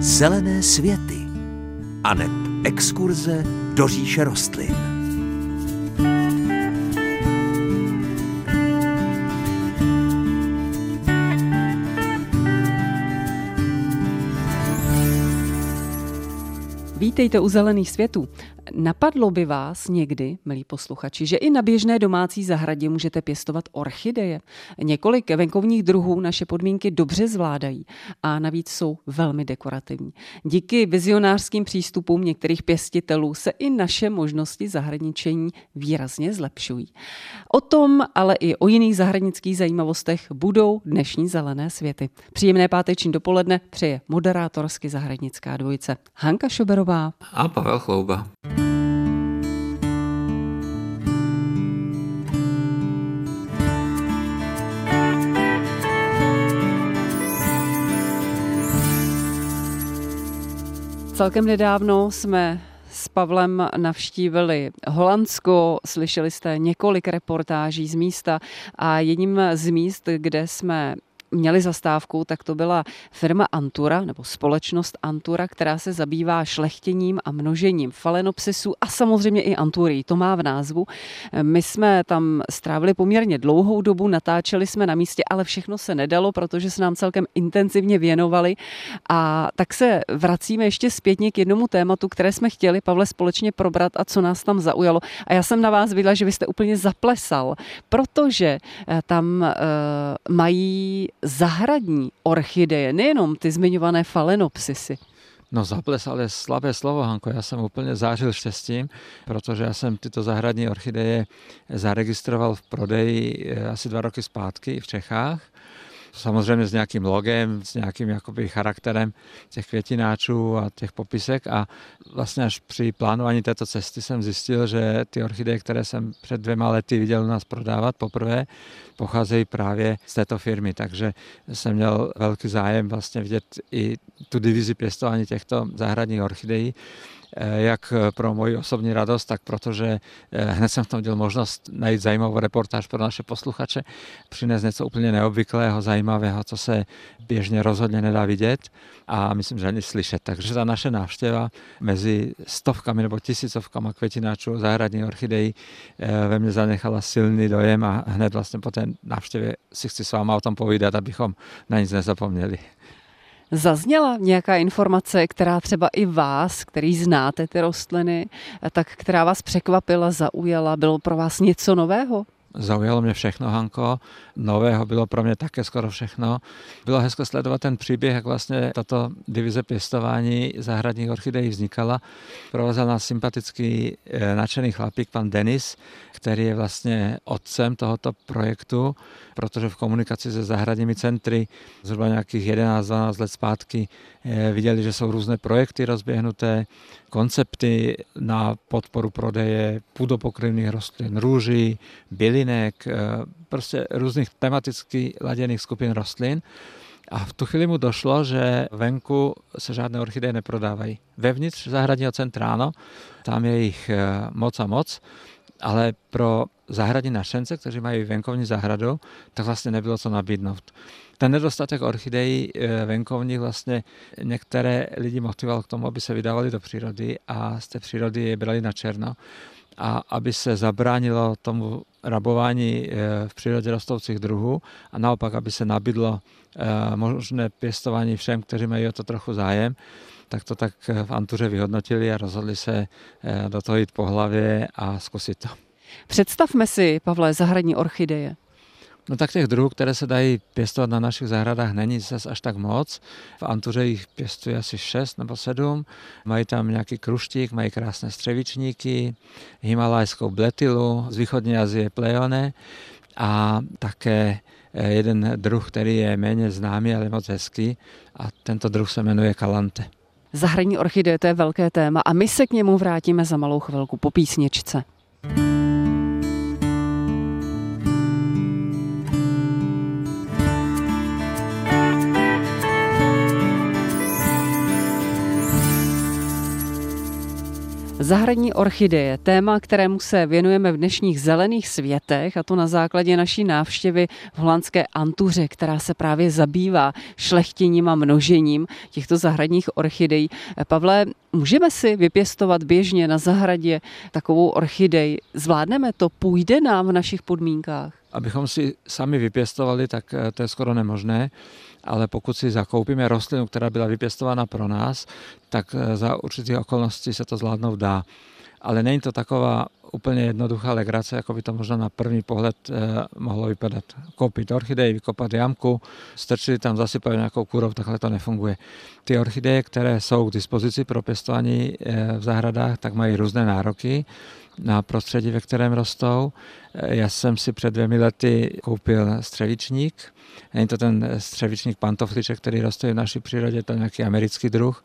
Zelené světy aneb exkurze do říše rostlin. Vítejte u Zelených světů. Napadlo by vás někdy, milí posluchači, že i na běžné domácí zahradě můžete pěstovat orchideje? Několik venkovních druhů naše podmínky dobře zvládají a navíc jsou velmi dekorativní. Díky vizionářským přístupům některých pěstitelů se i naše možnosti zahradničení výrazně zlepšují. O tom, ale i o jiných zahradnických zajímavostech budou dnešní Zelené světy. Příjemné páteční dopoledne přeje moderátorsky zahradnická dvojice Hanka Šoberová a Pavel Chlouba. Celkem nedávno jsme s Pavlem navštívili Holandsko, slyšeli jste několik reportáží z místa a jedním z míst, kde jsme měli zastávku, tak to byla firma Antura, nebo společnost Antura, která se zabývá šlechtěním a množením falenopsisů a samozřejmě i Anturii, to má v názvu. My jsme tam strávili poměrně dlouhou dobu, natáčeli jsme na místě, ale všechno se nedalo, protože se nám celkem intenzivně věnovali a tak se vracíme ještě zpětně k jednomu tématu, které jsme chtěli, Pavle, společně probrat a co nás tam zaujalo. A já jsem na vás viděla, že vy jste úplně zaplesal, protože tam mají zahradní orchideje, nejenom ty zmiňované falenopsisy. No zaplesal je slabé slovo, Hanko. Já jsem úplně zářil štěstím, protože já jsem tyto zahradní orchideje zaregistroval v prodeji asi 2 roky zpátky v Čechách. Samozřejmě s nějakým logem, s nějakým jakoby charakterem těch květináčů a těch popisek a vlastně až při plánování této cesty jsem zjistil, že ty orchideje, které jsem před 2 lety viděl u nás prodávat poprvé, pocházejí právě z této firmy, takže jsem měl velký zájem vlastně vidět i tu divizi pěstování těchto zahradních orchidejí, jak pro moji osobní radost, tak protože hned jsem v tom měl možnost najít zajímavou reportáž pro naše posluchače, přinést něco úplně neobvyklého, zajímavého, co se běžně rozhodně nedá vidět a myslím, že ani slyšet. Takže ta naše návštěva mezi stovkami nebo tisícovkama květináčů zahradní orchidejí ve mně zanechala silný dojem a hned vlastně po té návštěvě si chci s váma o tom povídat, abychom na nic nezapomněli. Zazněla nějaká informace, která třeba i vás, který znáte ty rostliny, tak která vás překvapila, zaujala, bylo pro vás něco nového? Zaujalo mě všechno, Hanko. Nového bylo pro mě také skoro všechno. Bylo hezko sledovat ten příběh, jak vlastně tato divize pěstování zahradních orchidejí vznikala. Provázel nás sympatický nadšený chlapík, pan Denis, který je vlastně otcem tohoto projektu, protože v komunikaci se zahradními centry zhruba nějakých 11-12 let zpátky viděli, že jsou různé projekty rozběhnuté, koncepty na podporu prodeje půdopokryvných rostlin, růží, bylinek, prostě různých tematicky laděných skupin rostlin. A v tu chvíli mu došlo, že venku se žádné orchideje neprodávají. Vevnitř zahradního centra ano, tam je jich moc a moc, ale pro zahradní nadšence, kteří mají venkovní zahradu, tak vlastně nebylo co nabídnout. Ten nedostatek orchidejí venkovních vlastně některé lidi motivoval k tomu, aby se vydávali do přírody a z té přírody je brali na černo. A aby se zabránilo tomu rabování v přírodě rostoucích druhů a naopak, aby se nabídlo možné pěstování všem, kteří mají o to trochu zájem, tak to tak v Antuře vyhodnotili a rozhodli se do toho jít po hlavě a zkusit to. Představme si, Pavle, zahradní orchideje. No tak těch druhů, které se dají pěstovat na našich zahradách, není zase až tak moc. V Antuře jich pěstuje asi 6 nebo 7. Mají tam nějaký kruštík, mají krásné střevičníky, himalajskou bletilu, z východní Asie pleone a také jeden druh, který je méně známý, ale moc hezký a tento druh se jmenuje kalante. Zahradní orchideje, to je velké téma a my se k němu vrátíme za malou chvilku po písničce. Zahradní orchideje, téma, kterému se věnujeme v dnešních zelených světech, a to na základě naší návštěvy v holandské Antuře, která se právě zabývá šlechtěním a množením těchto zahradních orchidejí. Pavle, můžeme si vypěstovat běžně na zahradě takovou orchidej? Zvládneme to? Půjde nám v našich podmínkách? Abychom si sami vypěstovali, tak to je skoro nemožné, ale pokud si zakoupíme rostlinu, která byla vypěstována pro nás, tak za určitých okolností se to zvládnout dá. Ale není to taková úplně jednoduchá legrace, jako by to možná na první pohled mohlo vypadat. Koupit orchidej, vykopat jamku, strčit tam, zasypat nějakou kůrou, takhle to nefunguje. Ty orchideje, které jsou k dispozici pro pěstování v zahradách, tak mají různé nároky na prostředí, ve kterém rostou. Já jsem si před 2 lety koupil střevičník. Není to ten střevičník pantofliček, který roste v naší přírodě, to je nějaký americký druh.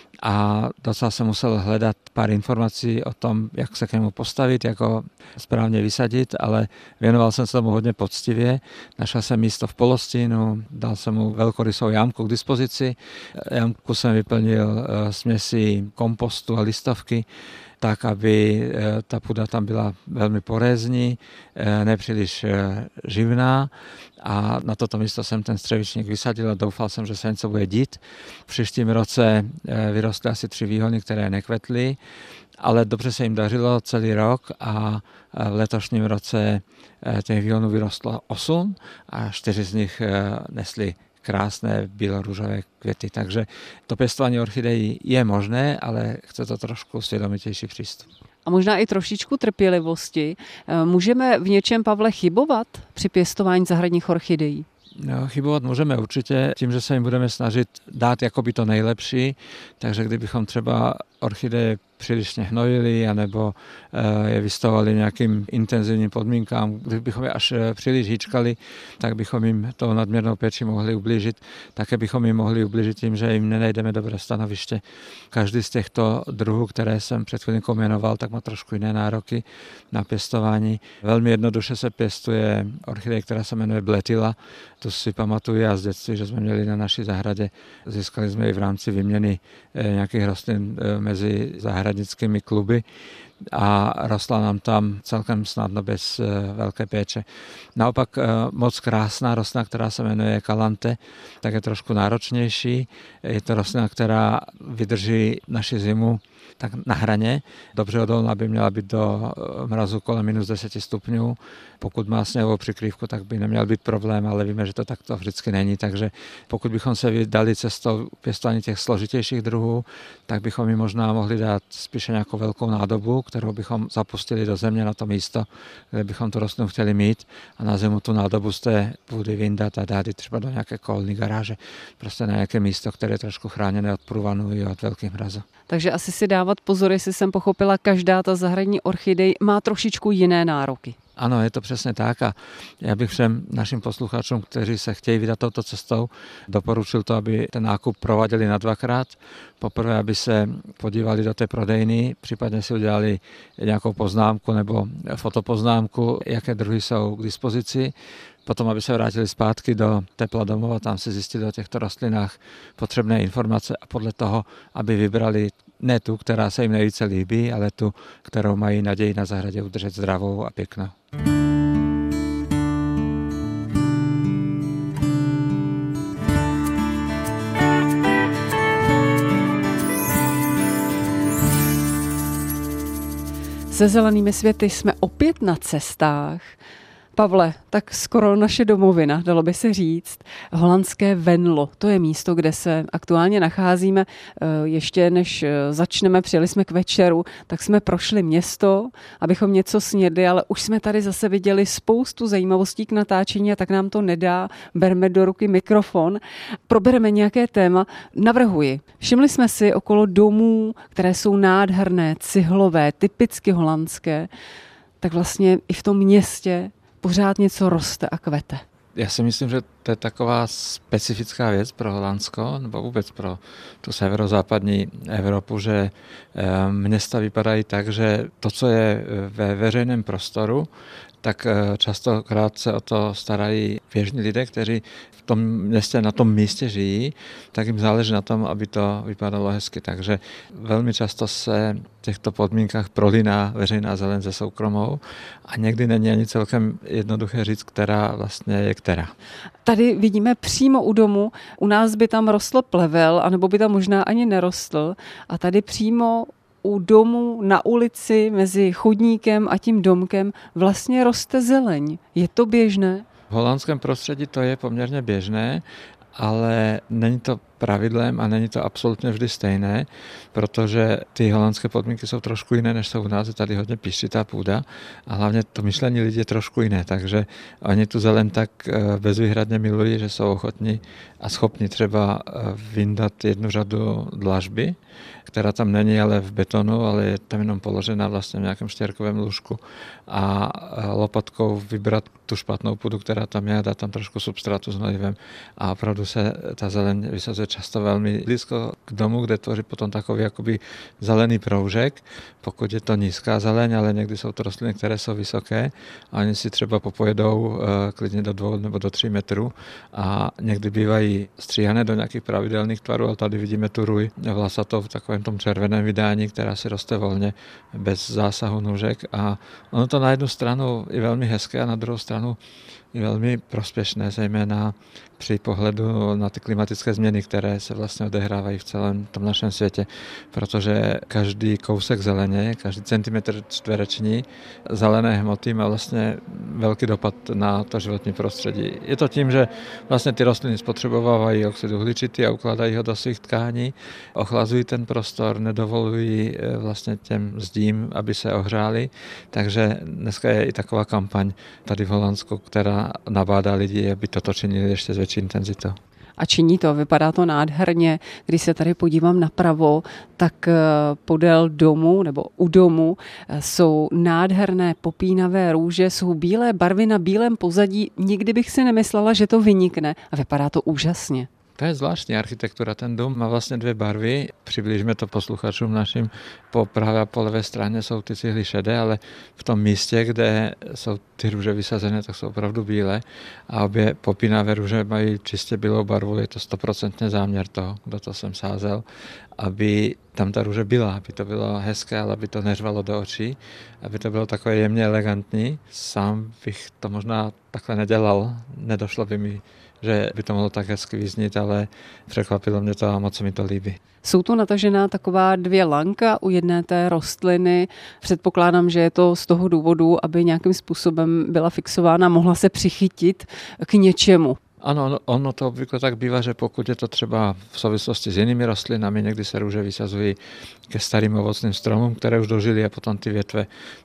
A docela jsem musel hledat pár informací o tom, jak se k němu postavit, jak ho správně vysadit, ale věnoval jsem se tomu hodně poctivě. Našel jsem místo v polostínu, dal jsem mu velkorysou jamku k dispozici. Jamku jsem vyplnil směsí kompostu a listovky, tak, aby ta půda tam byla velmi porézní, nepříliš živná, a na toto místo jsem ten střevičník vysadil a doufal jsem, že se něco bude dít. V příštím roce vyrostly asi 3 výhony, které nekvetly, ale dobře se jim dařilo celý rok a v letošním roce těch výhonů vyrostlo 8 a 4 z nich nesly krásné bílorůžové květy. Takže to pěstování orchidejí je možné, ale chce to trošku svědomitější přístup. A možná i trošičku trpělivosti. Můžeme v něčem, Pavle, chybovat při pěstování zahradních orchidejí? No, chybovat můžeme určitě tím, že se jim budeme snažit dát jakoby to nejlepší, takže kdybychom třeba orchideje přílišně hnojili, anebo je vystavovali nějakým intenzivním podmínkám, kdybychom je až příliš hýčkali, tak bychom jim tou nadměrnou péči mohli ublížit. Také bychom jim mohli ublížit tím, že jim nenajdeme dobré stanoviště. Každý z těchto druhů, které jsem před chvílinkou jmenoval, tak má trošku jiné nároky na pěstování. Velmi jednoduše se pěstuje orchidej, která se jmenuje Bletila. Tu si pamatuju já z dětství, že jsme měli na naší zahradě. Získali jsme ji v rámci výměny nějakých rostlin mezi zahradnickými kluby a rostla nám tam celkem snadno bez velké péče. Naopak moc krásná rostlina, která se jmenuje Kalante, tak je trošku náročnější. Je to rostlina, která vydrží naši zimu tak na hraně. Dobře odolná by měla být do mrazu kolem -10 stupňů. Pokud má sněhovou přikrývku, tak by neměl být problém, ale víme, že to takto vždycky není. Takže pokud bychom se vydali cestou pěstování těch složitějších druhů, tak bychom jim možná mohli dát spíše nějakou velkou nádobu, kterou bychom zapustili do země na to místo, kde bychom tu rostlinu chtěli mít, a na zimu tu nádobu z té půdy vyndat a dát ji třeba do nějaké kolní garáže, prostě na nějaké místo, které je trošku chráněné od průvanů i od velkých mrazů. Takže asi si dávat pozor, jestli jsem pochopila, každá ta zahradní orchidej má trošičku jiné nároky. Ano, je to přesně tak a já bych všem našim posluchačům, kteří se chtějí vydat touto cestou, doporučil to, aby ten nákup prováděli na 2krát. Poprvé, aby se podívali do té prodejny, případně si udělali nějakou poznámku nebo fotopoznámku, jaké druhy jsou k dispozici. Potom, aby se vrátili zpátky do tepla domova, tam si zjistili o těchto rostlinách potřebné informace a podle toho, aby vybrali ne tu, která se jim nejvíce líbí, ale tu, kterou mají naději na zahradě udržet zdravou a pěknou. Se zelenými světy jsme opět na cestách. Pavle, tak skoro naše domovina, dalo by se říct. Holandské Venlo, to je místo, kde se aktuálně nacházíme. Ještě než začneme, přijeli jsme k večeru, tak jsme prošli město, abychom něco snědli, ale už jsme tady zase viděli spoustu zajímavostí k natáčení a tak nám to nedá. Berme do ruky mikrofon, probereme nějaké téma. Navrhuji. Všimli jsme si okolo domů, které jsou nádherné, cihlové, typicky holandské, tak vlastně i v tom městě pořád něco roste a kvete. Já si myslím, že to je taková specifická věc pro Holandsko, nebo vůbec pro tu severozápadní Evropu, že města vypadají tak, že to, co je ve veřejném prostoru, tak častokrát se o to starají běžní lidé, kteří v tom městě, na tom místě žijí, tak jim záleží na tom, aby to vypadalo hezky. Takže velmi často se v těchto podmínkách prolíná veřejná zeleň se soukromou a někdy není ani celkem jednoduché říct, která vlastně je která. Tady vidíme přímo u domu, u nás by tam rostl plevel, anebo by tam možná ani nerostl. A tady přímo u domu na ulici mezi chodníkem a tím domkem vlastně roste zeleň. Je to běžné? V holandském prostředí to je poměrně běžné, ale není to pravidlem a není to absolutně vždy stejné, protože ty holandské podmínky jsou trošku jiné, než jsou u nás. Je tady hodně písčitá půda a hlavně to myšlení lidí je trošku jiné, takže oni tu zeleň tak bezvýhradně milují, že jsou ochotní a schopni třeba vyndat jednu řadu dlažby, která tam není ale v betonu, ale je tam jenom položená vlastně v nějakém štěrkovém lůžku a lopatkou vybrat tu špatnou půdu, která tam je, dát tam trošku substrátu s hnojivem a opravdu se ta zeleň vysazuje často velmi blízko k domu, kde tvoří potom takový jakoby zelený proužek, pokud je to nízká zeleň, ale někdy jsou to rostliny, které jsou vysoké a oni si třeba popojedou klidně do 2 nebo do 3 metrů a někdy bývají stříhané do nějakých pravidelných tvarů, ale tady vidíme tu růj vlasatou v takovém tom červeném vydání, která si roste volně bez zásahu nůžek a ono to na jednu stranu je velmi hezké a na druhou stranu je velmi prospěšné, zejména při pohledu na ty klimatické změny, které se vlastně odehrávají v celém tom našem světě, protože každý kousek zeleně, každý centimetr čtvereční zelené hmoty má vlastně velký dopad na to životní prostředí. Je to tím, že vlastně ty rostliny spotřebovávají oxid uhličitý a ukládají ho do svých tkání, ochlazují ten prostor, nedovolují vlastně těm zdím, aby se ohřály, takže dneska je i taková kampaň tady v Holandsku, která nabádá lidi, aby toto činili ještě s větší intenzitou. A činí to, vypadá to nádherně. Když se tady podívám napravo, tak podél domu nebo u domu jsou nádherné popínavé růže, jsou bílé barvy na bílém pozadí. Nikdy bych si nemyslela, že to vynikne a vypadá to úžasně. To je zvláštní architektura. Ten dům má vlastně 2 barvy. Přiblížíme to posluchačům našim. Po pravé a po levé straně jsou ty cihly šedé, ale v tom místě, kde jsou ty růže vysazené, tak jsou opravdu bílé. A obě popínavé růže mají čistě bílou barvu. Je to 100% záměr toho, kdo to sem sázel, aby tam ta růže byla, aby to bylo hezké, ale aby to neřvalo do očí, aby to bylo takové jemně elegantní. Sám bych to možná takhle nedělal. Nedošlo by mi, že by to mohlo tak hezky vyznít, ale překvapilo mě to a moc mi to líbí. Jsou tu natažená taková 2 lanka u jedné té rostliny. Předpokládám, že je to z toho důvodu, aby nějakým způsobem byla fixována, mohla se přichytit k něčemu. Ano, ono to obvykle tak bývá, že pokud je to třeba v souvislosti s jinými rostlinami, někdy se růže vysazují ke starým ovocným stromům, které už dožily a potom ty větve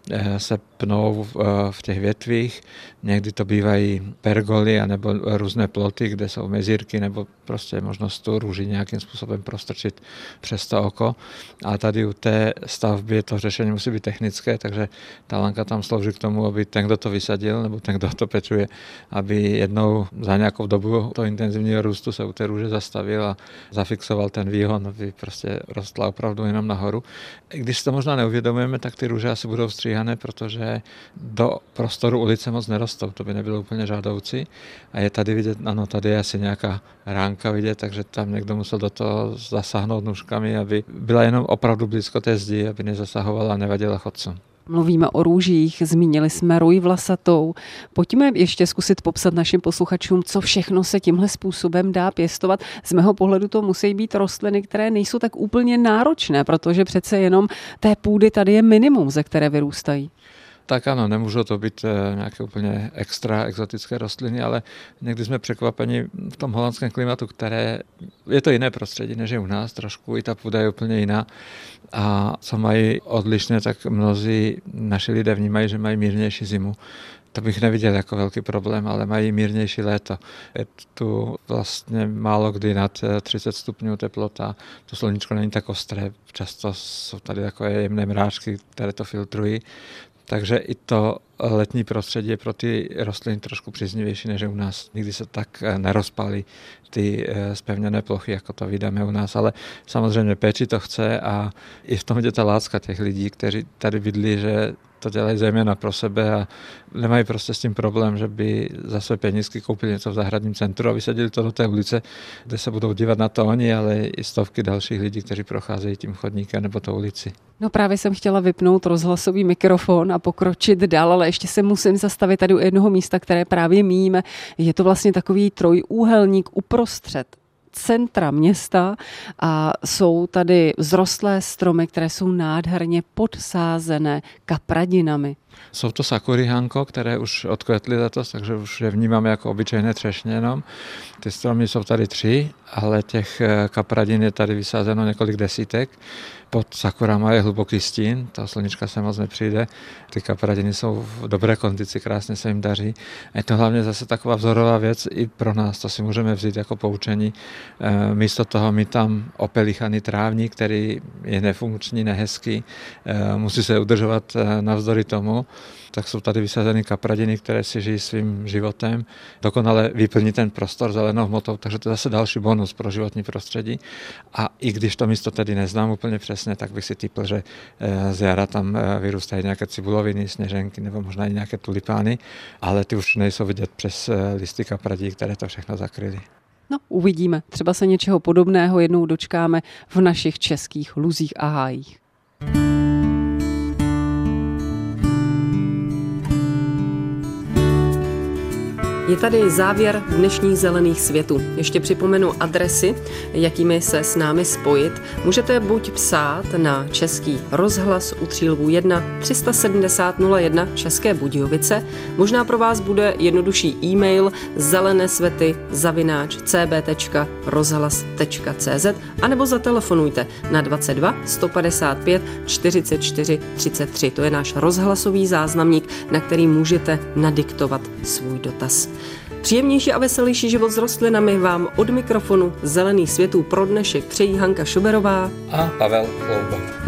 se pnou v těch větvích. Někdy to bývají pergoly anebo různé ploty, kde jsou mezírky nebo prostě možnost tu růži nějakým způsobem prostrčit přes to oko. A tady u té stavby to řešení musí být technické, takže ta lanka tam slouží k tomu, aby ten, kdo to vysadil nebo ten, kdo to pečuje, aby jednou za nějakou dobu toho intenzivního růstu se u té růže zastavil a zafixoval ten výhon, aby prostě rostla opravdu jenom nahoru. Když to možná neuvědomujeme, tak ty růže asi budou stříhané, protože do prostoru ulice moc nerostou, to by nebylo úplně žádoucí. A je tady vidět, ano, tady je asi nějaká ránka vidět, takže tam někdo musel do toho zasáhnout nůžkami, aby byla jenom opravdu blízko té zdi, aby nezasahovala a nevadila chodcům. Mluvíme o růžích, zmínili jsme růj vlasatou. Pojďme ještě zkusit popsat našim posluchačům, co všechno se tímhle způsobem dá pěstovat. Z mého pohledu to musí být rostliny, které nejsou tak úplně náročné, protože přece jenom té půdy tady je minimum, ze které vyrůstají. Tak ano, nemůžou to být nějaké úplně extra exotické rostliny, ale někdy jsme překvapeni v tom holandském klimatu, které je to jiné prostředí, než je u nás trošku, i ta půda je úplně jiná. A co mají odlišné, tak mnozí naši lidé vnímají, že mají mírnější zimu. To bych neviděl jako velký problém, ale mají mírnější léto. Je tu vlastně málo kdy nad 30 stupňů teplota, to sluníčko není tak ostré, často jsou tady takové jemné mráčky, které to filtrují. Takže i to letní prostředí je pro ty rostliny trošku příznivější než u nás. Nikdy se tak nerozpálí ty zpevněné plochy, jako to vidíme u nás, ale samozřejmě péči to chce a i v tom je ta láska těch lidí, kteří tady bydlí, že to dělají zejména pro sebe a nemají prostě s tím problém, že by za své penízky koupili něco v zahradním centru a vysadili to do té ulice, kde se budou dívat na to oni, ale i stovky dalších lidí, kteří procházejí tím chodníkem nebo tou ulici. No právě jsem chtěla vypnout rozhlasový mikrofon a pokročit dál, ale ještě se musím zastavit tady u jednoho místa, které právě míníme. Je to vlastně takový trojúhelník uprostřed centra města a jsou tady vzrostlé stromy, které jsou nádherně podsázené kapradinami. Jsou to sakury, Hanko, které už odkvetly letos, takže už je vnímáme jako obyčejné třešně jenom. Ty stromy jsou tady 3, ale těch kapradin je tady vysázeno několik desítek. Pod sakurama je hluboký stín, ta sluníčka se moc nepřijde. Ty kapradiny jsou v dobré kondici, krásně se jim daří. A je to hlavně zase taková vzorová věc i pro nás, to si můžeme vzít jako poučení. Místo toho mít tam opelichaný trávník, který je nefunkční, nehezký, musí se udržovat navzdory tomu, tak jsou tady vysázeny kapradiny, které si žijí svým životem, dokonale vyplní ten prostor zelenou hmotou, takže to je zase další bonus pro životní prostředí. A i když to místo tedy neznám úplně přesně, tak bych si tipl, že z jara tam vyrůstají nějaké cibuloviny, sněženky nebo možná i nějaké tulipány, ale ty už nejsou vidět přes listy kapradí, které to všechno zakryly. No, uvidíme. Třeba se něčeho podobného jednou dočkáme v našich českých luzích a hájích. Je tady závěr dnešních zelených světů. Ještě připomenu adresy, jakými se s námi spojit. Můžete buď psát na Český rozhlas u Třílvů 1 370 01 České Budějovice. Možná pro vás bude jednodušší e-mail zelenesvety@cb.rozhlas.cz anebo zatelefonujte na 22 155 44 33. To je náš rozhlasový záznamník, na který můžete nadiktovat svůj dotaz. Příjemnější a veselější život s rostlinami vám od mikrofonu Zelených světů pro dnešek přejí Hanka Šoberová a Pavel Chlouba.